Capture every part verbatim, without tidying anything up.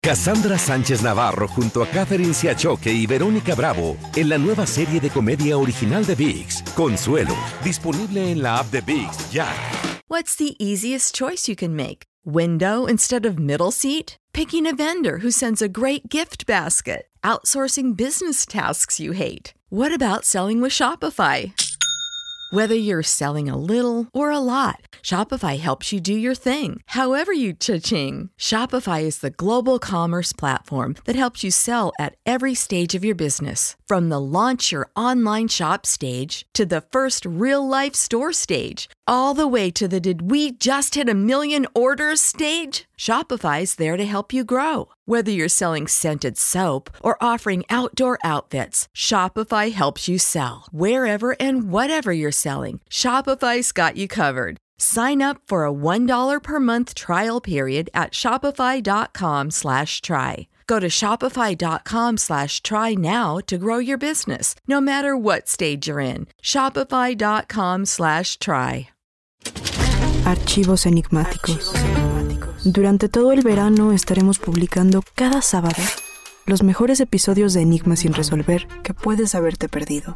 Cassandra Sánchez Navarro junto a Catherine Siachoque y Verónica Bravo en la nueva serie de comedia original de ViX, Consuelo, disponible en la app de ViX ya. What's the easiest choice you can make? Window instead of middle seat? Picking a vendor who sends a great gift basket? Outsourcing business tasks you hate? What about selling with Shopify? Whether you're selling a little or a lot, Shopify helps you do your thing, however you cha-ching. Shopify is the global commerce platform that helps you sell at every stage of your business. From the launch your online shop stage to the first real-life store stage, all the way to the did we just hit a million orders stage. Shopify's there to help you grow. Whether you're selling scented soap or offering outdoor outfits, Shopify helps you sell. Wherever and whatever you're selling, Shopify's got you covered. Sign up for a one dollar per month trial period at shopify.com slash try. Go to shopify.com slash try now to grow your business, no matter what stage you're in. Shopify.com slash try. Archivos enigmáticos. Durante todo el verano estaremos publicando cada sábado los mejores episodios de Enigmas sin resolver que puedes haberte perdido.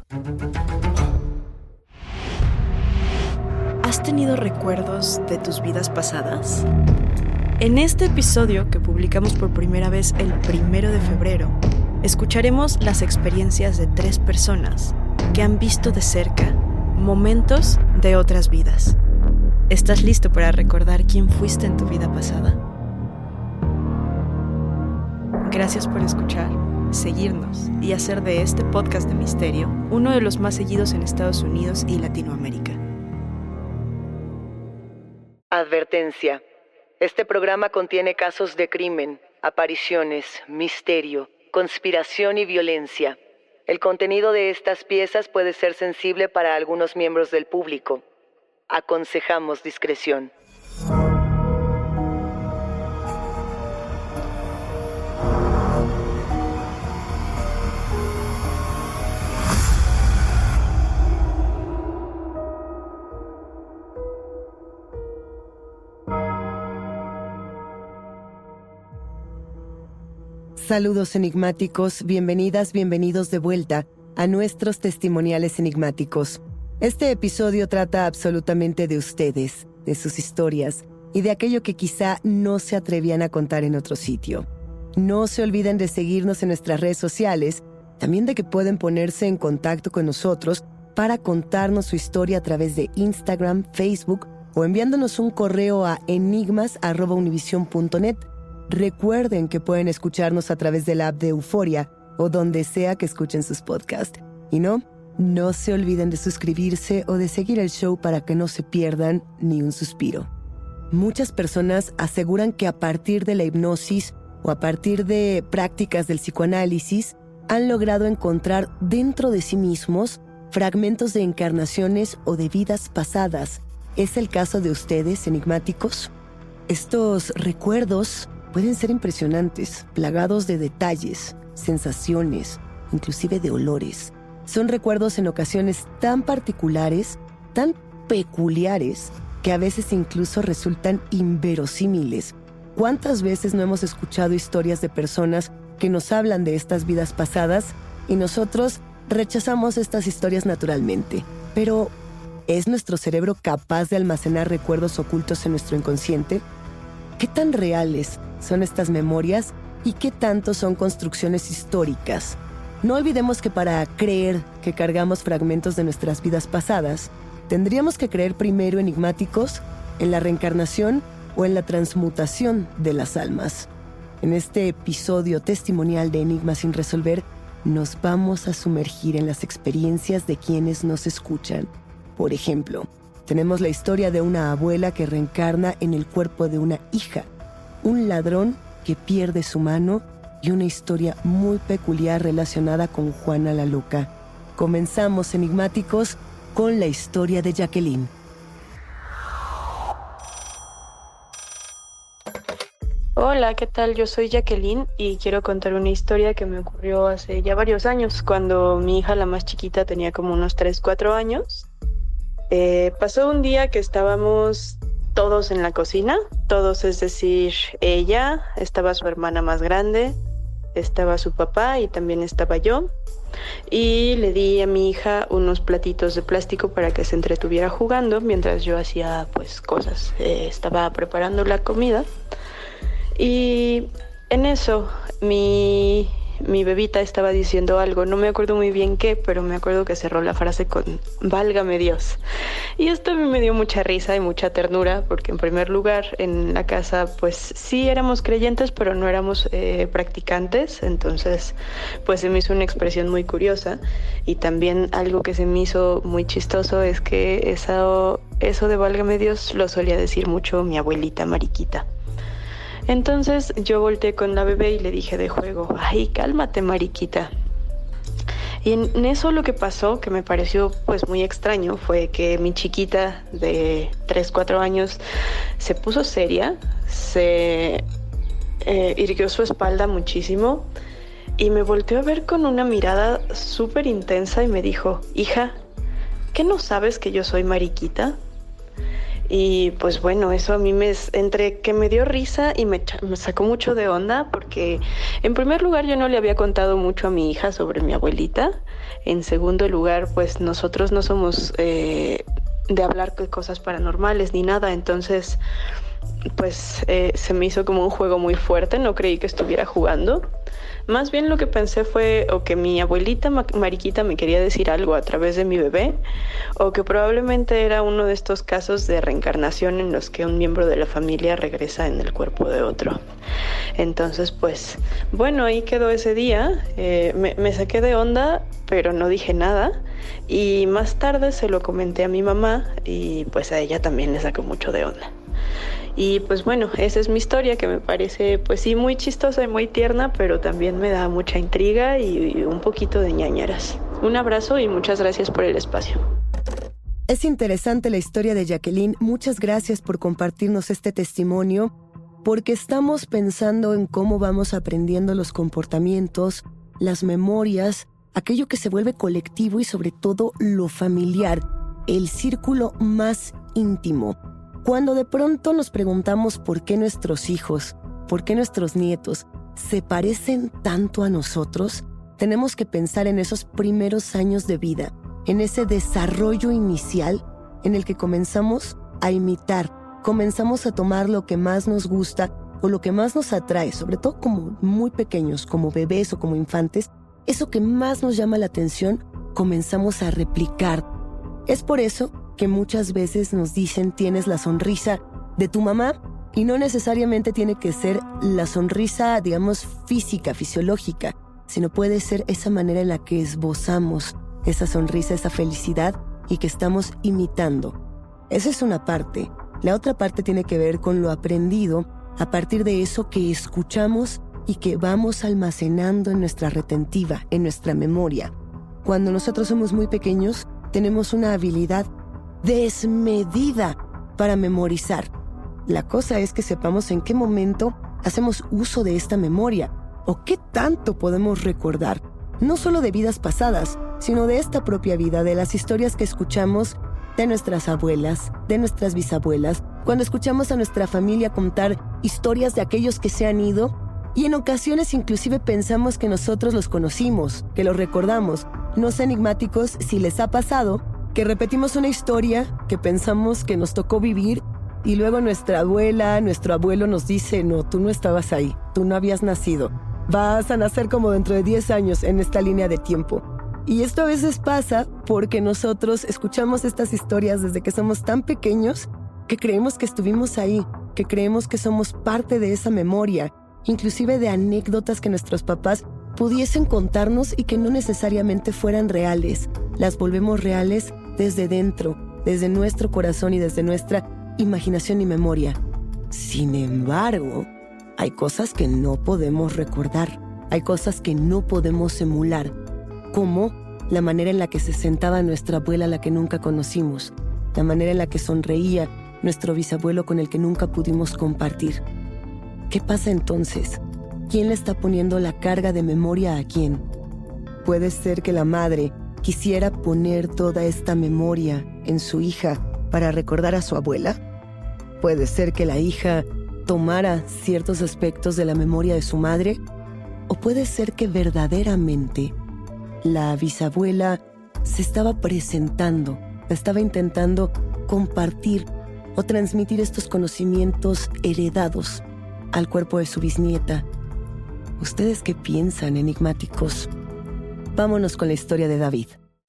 ¿Has tenido recuerdos de tus vidas pasadas? En este episodio, que publicamos por primera vez el primero de febrero, escucharemos las experiencias de tres personas que han visto de cerca momentos de otras vidas. ¿Estás listo para recordar quién fuiste en tu vida pasada? Gracias por escuchar, seguirnos y hacer de este podcast de misterio uno de los más seguidos en Estados Unidos y Latinoamérica. Advertencia. Este programa contiene casos de crimen, apariciones, misterio, conspiración y violencia. El contenido de estas piezas puede ser sensible para algunos miembros del público. Aconsejamos discreción. Saludos enigmáticos, bienvenidas, bienvenidos de vuelta a nuestros testimoniales enigmáticos. Este episodio trata absolutamente de ustedes, de sus historias y de aquello que quizá no se atrevían a contar en otro sitio. No se olviden de seguirnos en nuestras redes sociales, también de que pueden ponerse en contacto con nosotros para contarnos su historia a través de Instagram, Facebook o enviándonos un correo a enigmas arroba univision punto net. Recuerden que pueden escucharnos a través de la app de Euforia o donde sea que escuchen sus podcasts. Y no, no se olviden de suscribirse o de seguir el show para que no se pierdan ni un suspiro. Muchas personas aseguran que a partir de la hipnosis o a partir de prácticas del psicoanálisis han logrado encontrar dentro de sí mismos fragmentos de encarnaciones o de vidas pasadas. ¿Es el caso de ustedes, enigmáticos? Estos recuerdos pueden ser impresionantes, plagados de detalles, sensaciones, inclusive de olores. Son recuerdos en ocasiones tan particulares, tan peculiares, que a veces incluso resultan inverosímiles. ¿Cuántas veces no hemos escuchado historias de personas que nos hablan de estas vidas pasadas y nosotros rechazamos estas historias naturalmente? Pero, ¿es nuestro cerebro capaz de almacenar recuerdos ocultos en nuestro inconsciente? ¿Qué tan reales son estas memorias y qué tanto son construcciones históricas? No olvidemos que para creer que cargamos fragmentos de nuestras vidas pasadas, tendríamos que creer primero, enigmáticos, en la reencarnación o en la transmutación de las almas. En este episodio testimonial de Enigmas sin resolver, nos vamos a sumergir en las experiencias de quienes nos escuchan. Por ejemplo, tenemos la historia de una abuela que reencarna en el cuerpo de una hija, un ladrón que pierde su mano y una historia muy peculiar relacionada con Juana la Loca. Comenzamos, enigmáticos, con la historia de Jacqueline. Hola, ¿qué tal? Yo soy Jacqueline y quiero contar una historia que me ocurrió hace ya varios años, cuando mi hija, la más chiquita, tenía como unos tres, cuatro años. Eh, pasó un día que estábamos todos en la cocina, todos, es decir, ella, estaba su hermana más grande, estaba su papá y también estaba yo. Y le di a mi hija unos platitos de plástico para que se entretuviera jugando mientras yo hacía pues cosas. Eh, estaba preparando la comida y en eso mi, mi bebita estaba diciendo algo. No me acuerdo muy bien qué, pero me acuerdo que cerró la frase con válgame Dios. Y esto a mí me dio mucha risa y mucha ternura, porque en primer lugar en la casa pues sí éramos creyentes, pero no éramos eh, practicantes. Entonces pues se me hizo una expresión muy curiosa. Y también algo que se me hizo muy chistoso es que eso, eso de válgame Dios lo solía decir mucho mi abuelita Mariquita. Entonces yo volteé con la bebé y le dije de juego, ay, cálmate, Mariquita. Y en eso lo que pasó, que me pareció pues muy extraño, fue que mi chiquita de tres, cuatro años se puso seria, se eh, irguió su espalda muchísimo y me volteó a ver con una mirada súper intensa y me dijo, hija, ¿qué no sabes que yo soy Mariquita? Y pues bueno, eso a mí me, entre que me dio risa y me, me sacó mucho de onda, porque en primer lugar yo no le había contado mucho a mi hija sobre mi abuelita. En segundo lugar, pues nosotros no somos eh, de hablar de cosas paranormales ni nada, entonces pues eh, se me hizo como un juego muy fuerte, no creí que estuviera jugando. Más bien lo que pensé fue o que mi abuelita Mariquita me quería decir algo a través de mi bebé, o que probablemente era uno de estos casos de reencarnación en los que un miembro de la familia regresa en el cuerpo de otro. Entonces pues bueno, ahí quedó ese día. eh, me, me saqué de onda, pero no dije nada, y más tarde se lo comenté a mi mamá y pues a ella también le sacó mucho de onda. Y pues bueno, esa es mi historia, que me parece pues sí muy chistosa y muy tierna, pero también me da mucha intriga y un poquito de ñañaras. Un abrazo y muchas gracias por el espacio. Es interesante la historia de Jacqueline. Muchas gracias por compartirnos este testimonio, porque estamos pensando en cómo vamos aprendiendo los comportamientos, las memorias, aquello que se vuelve colectivo y sobre todo lo familiar, el círculo más íntimo. Cuando de pronto nos preguntamos por qué nuestros hijos, por qué nuestros nietos se parecen tanto a nosotros, tenemos que pensar en esos primeros años de vida, en ese desarrollo inicial en el que comenzamos a imitar, comenzamos a tomar lo que más nos gusta o lo que más nos atrae, sobre todo como muy pequeños, como bebés o como infantes, eso que más nos llama la atención, comenzamos a replicar. Es por eso que muchas veces nos dicen tienes la sonrisa de tu mamá, y no necesariamente tiene que ser la sonrisa, digamos, física, fisiológica, sino puede ser esa manera en la que esbozamos esa sonrisa, esa felicidad y que estamos imitando. Esa es una parte. La otra parte tiene que ver con lo aprendido a partir de eso que escuchamos y que vamos almacenando en nuestra retentiva, en nuestra memoria. Cuando nosotros somos muy pequeños, tenemos una habilidad desmedida para memorizar. La cosa es que sepamos en qué momento hacemos uso de esta memoria o qué tanto podemos recordar, no solo de vidas pasadas, sino de esta propia vida, de las historias que escuchamos de nuestras abuelas, de nuestras bisabuelas, cuando escuchamos a nuestra familia contar historias de aquellos que se han ido, y en ocasiones inclusive pensamos que nosotros los conocimos, que los recordamos. No sé, enigmáticos, si les ha pasado que repetimos una historia que pensamos que nos tocó vivir y luego nuestra abuela, nuestro abuelo nos dice, no, tú no estabas ahí, tú no habías nacido, vas a nacer como dentro de diez años en esta línea de tiempo. Y esto a veces pasa porque nosotros escuchamos estas historias desde que somos tan pequeños que creemos que estuvimos ahí, que creemos que somos parte de esa memoria, inclusive de anécdotas que nuestros papás pudiesen contarnos y que no necesariamente fueran reales. Las volvemos reales desde dentro, desde nuestro corazón y desde nuestra imaginación y memoria. Sin embargo, hay cosas que no podemos recordar, hay cosas que no podemos emular, como la manera en la que se sentaba nuestra abuela, la que nunca conocimos, la manera en la que sonreía nuestro bisabuelo con el que nunca pudimos compartir. ¿Qué pasa entonces? ¿Quién le está poniendo la carga de memoria a quién? Puede ser que la madre quisiera poner toda esta memoria en su hija para recordar a su abuela. Puede ser que la hija tomara ciertos aspectos de la memoria de su madre, o puede ser que verdaderamente la bisabuela se estaba presentando, estaba intentando compartir o transmitir estos conocimientos heredados al cuerpo de su bisnieta. ¿Ustedes qué piensan, enigmáticos? Vámonos con la historia de David.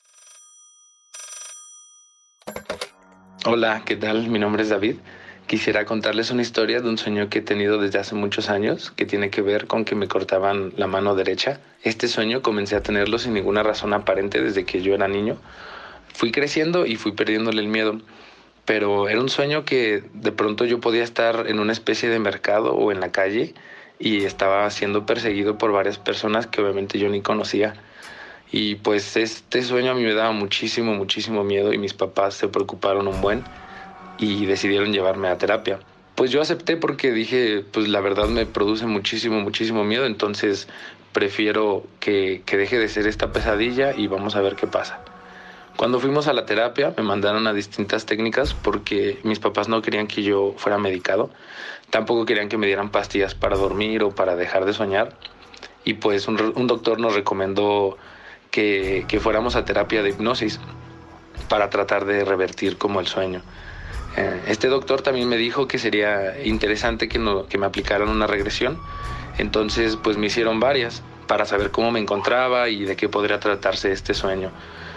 Hola, ¿qué tal? Mi nombre es David. Quisiera contarles una historia de un sueño que he tenido desde hace muchos años, que tiene que ver con que me cortaban la mano derecha. Este sueño comencé a tenerlo sin ninguna razón aparente desde que yo era niño. Fui creciendo y fui perdiéndole el miedo, pero era un sueño que de pronto yo podía estar en una especie de mercado o en la calle y estaba siendo perseguido por varias personas que obviamente yo ni conocía. Y pues este sueño a mí me daba muchísimo, muchísimo miedo y mis papás se preocuparon un buen y decidieron llevarme a terapia. Pues yo acepté porque dije, pues la verdad me produce muchísimo, muchísimo miedo, entonces prefiero que, que deje de ser esta pesadilla y vamos a ver qué pasa. Cuando fuimos a la terapia me mandaron a distintas técnicas porque mis papás no querían que yo fuera medicado, tampoco querían que me dieran pastillas para dormir o para dejar de soñar, y pues un, un doctor nos recomendó que, que fuéramos a terapia de hipnosis para tratar de revertir como el sueño. Este doctor también me dijo que sería interesante que, no, que me aplicaran una regresión, entonces pues me hicieron varias para saber cómo me encontraba y de qué podría tratarse este sueño.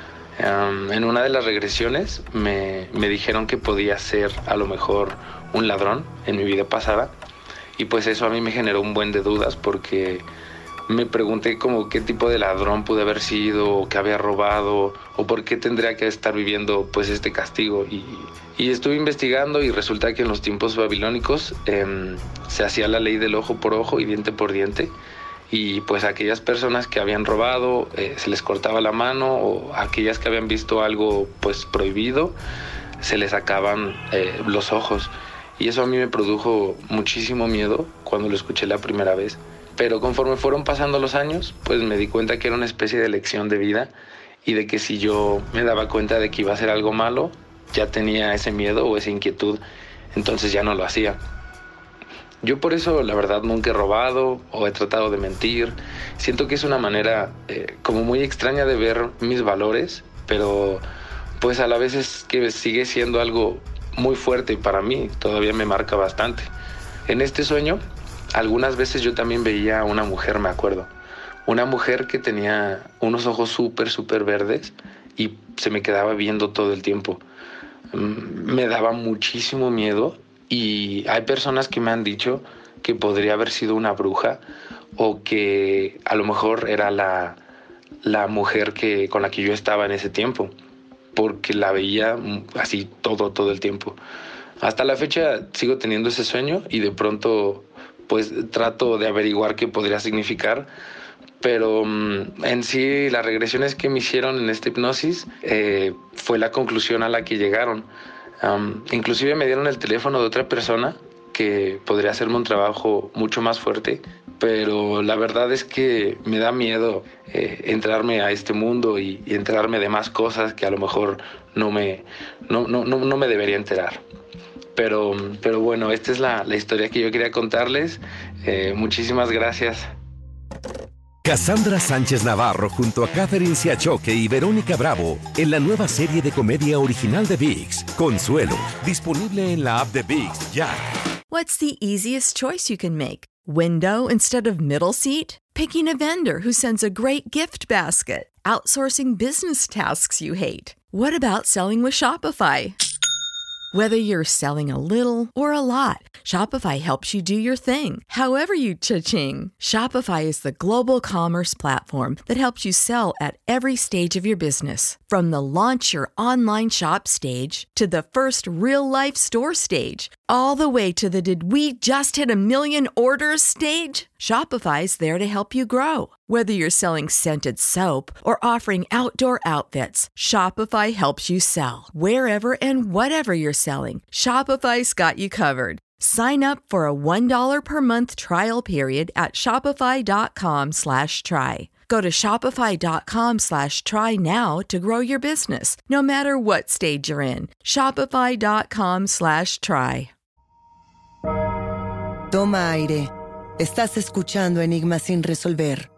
Um, en una de las regresiones me, me dijeron que podía ser a lo mejor un ladrón en mi vida pasada, y pues eso a mí me generó un buen de dudas porque me pregunté como qué tipo de ladrón pude haber sido, o qué había robado, o por qué tendría que estar viviendo pues este castigo. Y, y estuve investigando y resulta que en los tiempos babilónicos eh, se hacía la ley del ojo por ojo y diente por diente. Y pues a aquellas personas que habían robado eh, se les cortaba la mano, o a aquellas que habían visto algo pues prohibido se les sacaban eh, los ojos. Y eso a mí me produjo muchísimo miedo cuando lo escuché la primera vez. Pero conforme fueron pasando los años, pues me di cuenta que era una especie de lección de vida y de que si yo me daba cuenta de que iba a hacer algo malo, ya tenía ese miedo o esa inquietud, entonces ya no lo hacía. Yo por eso, la verdad, nunca he robado o he tratado de mentir. Siento que es una manera eh, como muy extraña de ver mis valores, pero pues a la vez es que sigue siendo algo muy fuerte para mí, todavía me marca bastante. En este sueño, algunas veces yo también veía a una mujer, me acuerdo. Una mujer que tenía unos ojos súper, súper verdes y se me quedaba viendo todo el tiempo. Me daba muchísimo miedo y hay personas que me han dicho que podría haber sido una bruja o que a lo mejor era la, la mujer que, con la que yo estaba en ese tiempo, porque la veía así todo, todo el tiempo. Hasta la fecha sigo teniendo ese sueño y de pronto pues trato de averiguar qué podría significar, pero um, en sí las regresiones que me hicieron en esta hipnosis eh, fue la conclusión a la que llegaron. Um, inclusive me dieron el teléfono de otra persona que podría hacerme un trabajo mucho más fuerte, pero la verdad es que me da miedo eh, entrarme a este mundo y, y enterarme de más cosas que a lo mejor no me, no, no, no, no me debería enterar. Pero, pero bueno, esta es la, la historia que yo quería contarles. Eh, muchísimas gracias. Cassandra Sánchez Navarro junto a Catherine Siachoque y Verónica Bravo en la nueva serie de comedia original de ViX, Consuelo, disponible en la app de ViX ya. What's the easiest choice you can make? Window instead of middle seat? Picking a vendor who sends a great gift basket? Outsourcing business tasks you hate? What about selling with Shopify? Whether you're selling a little or a lot, Shopify helps you do your thing, however you cha-ching. Shopify is the global commerce platform that helps you sell at every stage of your business. From the launch your online shop stage to the first real-life store stage, all the way to the did we just hit a million orders stage. Shopify's there to help you grow. Whether you're selling scented soap or offering outdoor outfits, Shopify helps you sell. Wherever and whatever you're selling, Shopify's got you covered. Sign up for a one dollar per month trial period at shopify.com slash try. Go to shopify.com slash try now to grow your business, no matter what stage you're in. Shopify.com slash try. Toma aire. Estás escuchando Enigmas sin resolver.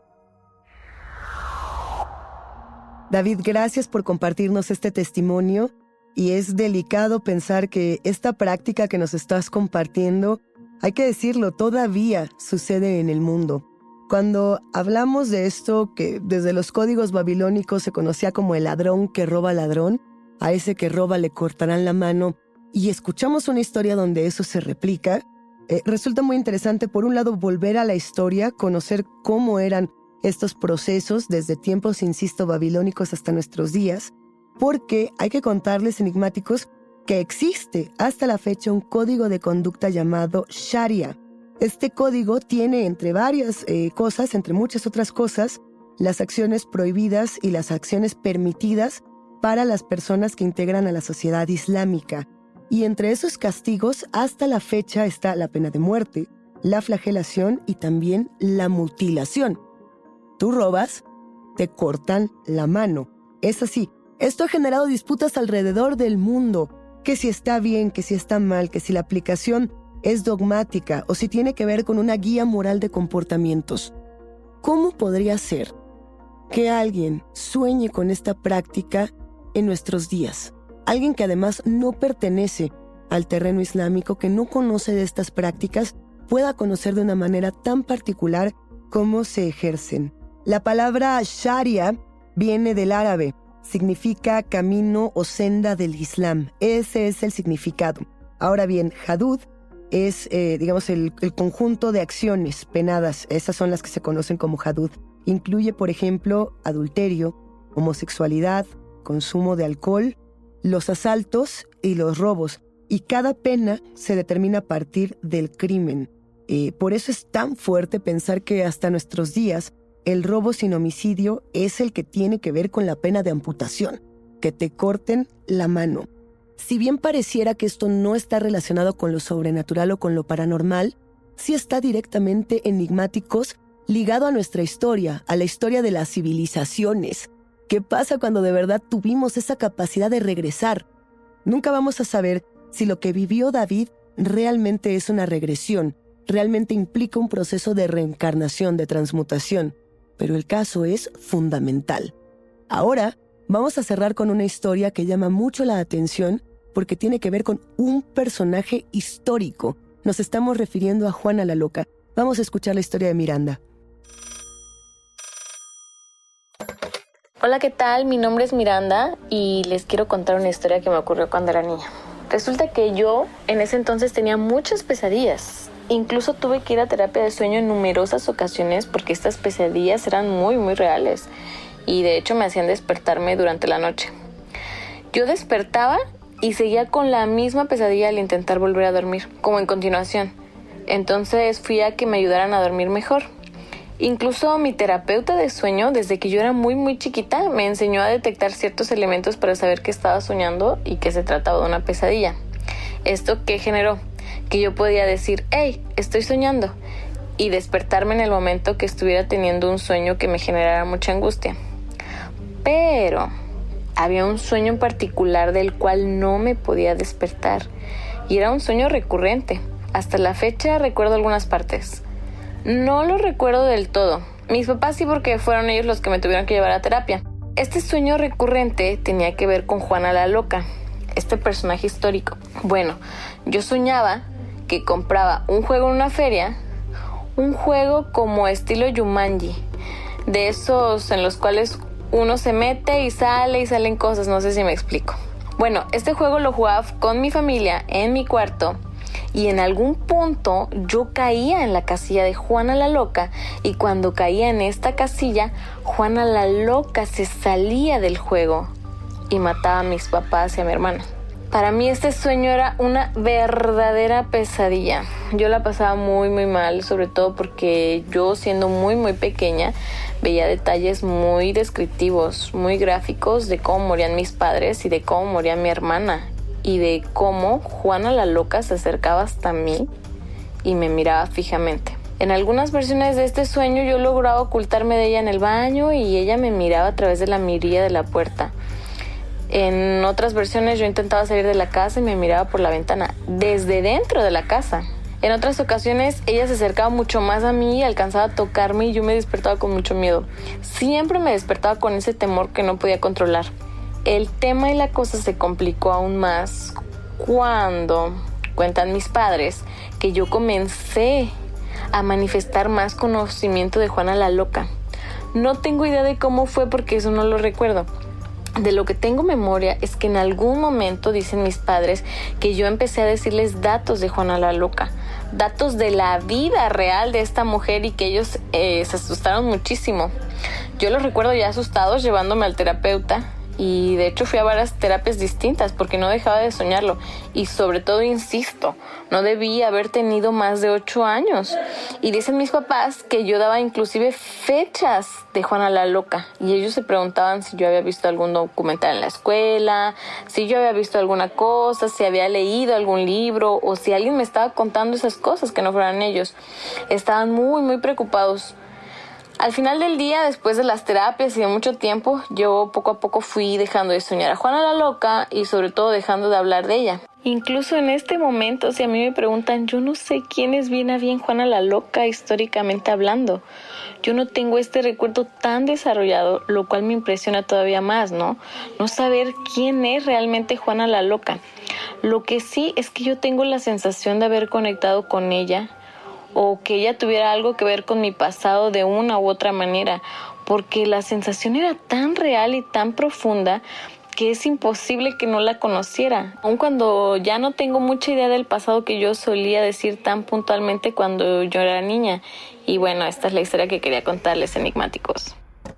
David, gracias por compartirnos este testimonio. Y es delicado pensar que esta práctica que nos estás compartiendo, hay que decirlo, todavía sucede en el mundo. Cuando hablamos de esto, que desde los códigos babilónicos se conocía como el ladrón que roba ladrón, a ese que roba le cortarán la mano, y escuchamos una historia donde eso se replica, eh, resulta muy interesante, por un lado, volver a la historia, conocer cómo eran estos procesos desde tiempos, insisto, babilónicos hasta nuestros días, porque hay que contarles, enigmáticos, que existe hasta la fecha un código de conducta llamado Sharia. Este código tiene, entre varias eh, cosas, entre muchas otras cosas, las acciones prohibidas y las acciones permitidas para las personas que integran a la sociedad islámica. Y entre esos castigos, hasta la fecha está la pena de muerte, la flagelación y también la mutilación. Tú robas, te cortan la mano. Es así. Esto ha generado disputas alrededor del mundo, que si está bien, que si está mal, que si la aplicación es dogmática o si tiene que ver con una guía moral de comportamientos. ¿Cómo podría ser que alguien sueñe con esta práctica en nuestros días? Alguien que además no pertenece al terreno islámico, que no conoce de estas prácticas, pueda conocer de una manera tan particular cómo se ejercen. La palabra Sharia viene del árabe. Significa camino o senda del Islam. Ese es el significado. Ahora bien, Hadud es, eh, digamos, el, el conjunto de acciones penadas. Esas son las que se conocen como Hadud. Incluye, por ejemplo, adulterio, homosexualidad, consumo de alcohol, los asaltos y los robos. Y cada pena se determina a partir del crimen. Eh, por eso es tan fuerte pensar que hasta nuestros días el robo sin homicidio es el que tiene que ver con la pena de amputación, que te corten la mano. Si bien pareciera que esto no está relacionado con lo sobrenatural o con lo paranormal, sí está directamente, enigmáticos, ligado a nuestra historia, a la historia de las civilizaciones. ¿Qué pasa cuando de verdad tuvimos esa capacidad de regresar? Nunca vamos a saber si lo que vivió David realmente es una regresión, realmente implica un proceso de reencarnación, de transmutación. Pero el caso es fundamental. Ahora vamos a cerrar con una historia que llama mucho la atención porque tiene que ver con un personaje histórico. Nos estamos refiriendo a Juana la Loca. Vamos a escuchar la historia de Miranda. Hola, ¿qué tal? Mi nombre es Miranda y les quiero contar una historia que me ocurrió cuando era niña. Resulta que yo en ese entonces tenía muchas pesadillas. Incluso tuve que ir a terapia de sueño en numerosas ocasiones porque estas pesadillas eran muy, muy reales y de hecho me hacían despertarme durante la noche. Yo despertaba y seguía con la misma pesadilla al intentar volver a dormir, como en continuación. Entonces fui a que me ayudaran a dormir mejor. Incluso mi terapeuta de sueño, desde que yo era muy, muy chiquita, me enseñó a detectar ciertos elementos para saber que estaba soñando y que se trataba de una pesadilla. ¿Esto qué generó? Que yo podía decir, hey, estoy soñando, y despertarme en el momento que estuviera teniendo un sueño que me generara mucha angustia. Pero había un sueño en particular del cual no me podía despertar, y era un sueño recurrente. Hasta la fecha recuerdo algunas partes. No lo recuerdo del todo. Mis papás sí, porque fueron ellos los que me tuvieron que llevar a terapia. Este sueño recurrente tenía que ver con Juana la Loca, este personaje histórico. Bueno, yo soñaba que compraba un juego en una feria, un juego como estilo Jumanji, de esos en los cuales uno se mete y sale y salen cosas, no sé si me explico. Bueno, este juego lo jugaba con mi familia en mi cuarto y en algún punto yo caía en la casilla de Juana la Loca, y cuando caía en esta casilla, Juana la Loca se salía del juego y mataba a mis papás y a mi hermana. Para mí este sueño era una verdadera pesadilla. Yo la pasaba muy muy mal, sobre todo porque yo, siendo muy muy pequeña, veía detalles muy descriptivos, muy gráficos de cómo morían mis padres y de cómo moría mi hermana, y de cómo Juana la Loca se acercaba hasta mí y me miraba fijamente. En algunas versiones de este sueño yo lograba ocultarme de ella en el baño y ella me miraba a través de la mirilla de la puerta. En otras versiones yo intentaba salir de la casa y me miraba por la ventana desde dentro de la casa. En otras ocasiones ella se acercaba mucho más a mí y alcanzaba a tocarme y yo me despertaba con mucho miedo. Siempre me despertaba con ese temor que no podía controlar. El tema y la cosa se complicó aún más cuando, cuentan mis padres, que yo comencé a manifestar más conocimiento de Juana la Loca. No tengo idea de cómo fue porque eso no lo recuerdo. De lo que tengo memoria es que en algún momento, dicen mis padres, que yo empecé a decirles datos de Juana la Loca, datos de la vida real de esta mujer y que ellos eh, se asustaron muchísimo. Yo los recuerdo ya asustados llevándome al terapeuta y de hecho fui a varias terapias distintas porque no dejaba de soñarlo y sobre todo, insisto, no debí haber tenido más de ocho años. Y dicen mis papás que yo daba inclusive fechas de Juana la Loca y ellos se preguntaban si yo había visto algún documental en la escuela, si yo había visto alguna cosa, si había leído algún libro o si alguien me estaba contando esas cosas que no fueran ellos. Estaban muy, muy preocupados. Al final del día, después de las terapias y de mucho tiempo, yo poco a poco fui dejando de soñar a Juana la Loca y sobre todo dejando de hablar de ella. Incluso en este momento, si a mí me preguntan, yo no sé quién es bien a bien Juana la Loca históricamente hablando. Yo no tengo este recuerdo tan desarrollado, lo cual me impresiona todavía más, ¿no? No saber quién es realmente Juana la Loca. Lo que sí es que yo tengo la sensación de haber conectado con ella, o que ella tuviera algo que ver con mi pasado de una u otra manera, porque la sensación era tan real y tan profunda que es imposible que no la conociera, aun cuando ya no tengo mucha idea del pasado que yo solía decir tan puntualmente cuando yo era niña. Y bueno, esta es la historia que quería contarles, enigmáticos.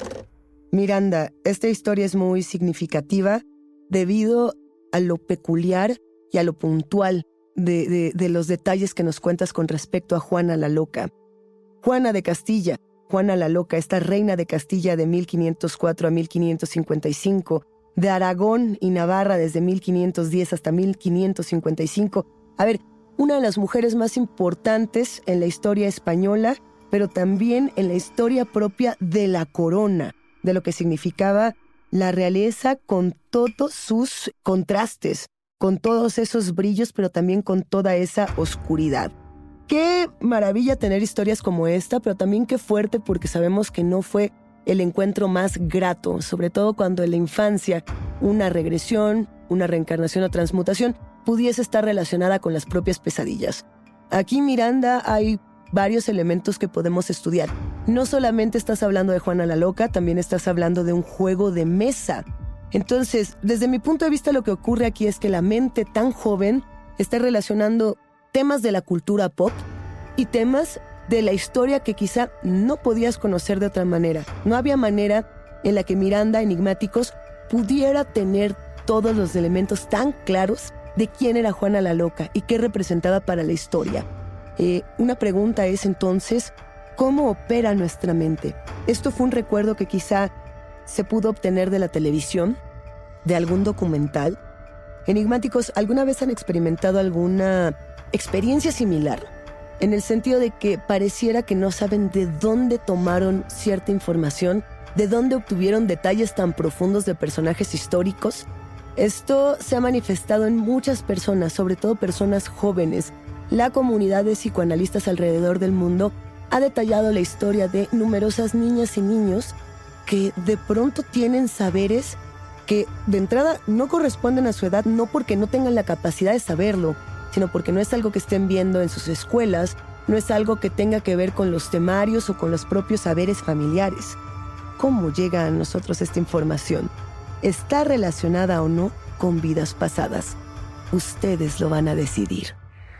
Miranda, esta historia es muy significativa debido a lo peculiar y a lo puntual De, de, de los detalles que nos cuentas con respecto a Juana la Loca. Juana de Castilla, Juana la Loca, esta reina de Castilla de mil quinientos cuatro a mil quinientos cincuenta y cinco, de Aragón y Navarra desde mil quinientos diez hasta mil quinientos cincuenta y cinco. A ver, una de las mujeres más importantes en la historia española, pero también en la historia propia de la corona, de lo que significaba la realeza con todos sus contrastes, con todos esos brillos, pero también con toda esa oscuridad. Qué maravilla tener historias como esta, pero también qué fuerte porque sabemos que no fue el encuentro más grato, sobre todo cuando en la infancia una regresión, una reencarnación o transmutación pudiese estar relacionada con las propias pesadillas. Aquí, Miranda, hay varios elementos que podemos estudiar. No solamente estás hablando de Juana la Loca, también estás hablando de un juego de mesa. Entonces, desde mi punto de vista, lo que ocurre aquí es que la mente tan joven está relacionando temas de la cultura pop y temas de la historia que quizá no podías conocer de otra manera. No había manera en la que Miranda, Enigmáticos, pudiera tener todos los elementos tan claros de quién era Juana la Loca y qué representaba para la historia. Eh, una pregunta es entonces, ¿cómo opera nuestra mente? ¿Esto fue un recuerdo que quizá se pudo obtener de la televisión, de algún documental? Enigmáticos, ¿alguna vez han experimentado alguna experiencia similar? En el sentido de que pareciera que no saben de dónde tomaron cierta información, de dónde obtuvieron detalles tan profundos de personajes históricos. Esto se ha manifestado en muchas personas, sobre todo personas jóvenes. La comunidad de psicoanalistas alrededor del mundo ha detallado la historia de numerosas niñas y niños que de pronto tienen saberes que de entrada no corresponden a su edad, no porque no tengan la capacidad de saberlo, sino porque no es algo que estén viendo en sus escuelas, no es algo que tenga que ver con los temarios o con los propios saberes familiares. ¿Cómo llega a nosotros esta información? ¿Está relacionada o no con vidas pasadas? Ustedes lo van a decidir.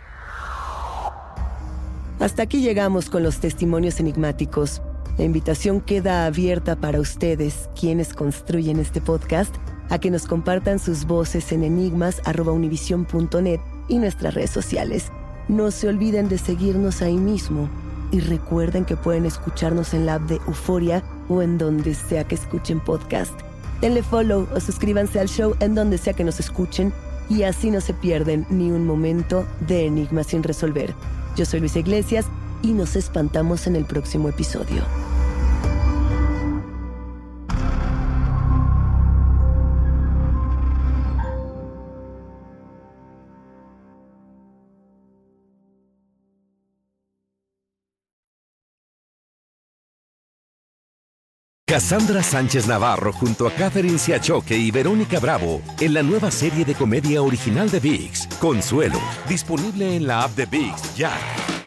Hasta aquí llegamos con los testimonios enigmáticos. La invitación queda abierta para ustedes, quienes construyen este podcast, a que nos compartan sus voces en enigmas arroba univision punto net y nuestras redes sociales. No se olviden de seguirnos ahí mismo y recuerden que pueden escucharnos en la app de Euforia o en donde sea que escuchen podcast. Denle follow o suscríbanse al show en donde sea que nos escuchen y así no se pierden ni un momento de Enigmas sin resolver. Yo soy Luisa Iglesias y nos espantamos en el próximo episodio. Cassandra Sánchez Navarro junto a Catherine Siachoque y Verónica Bravo en la nueva serie de comedia original de ViX, Consuelo, disponible en la app de ViX ya.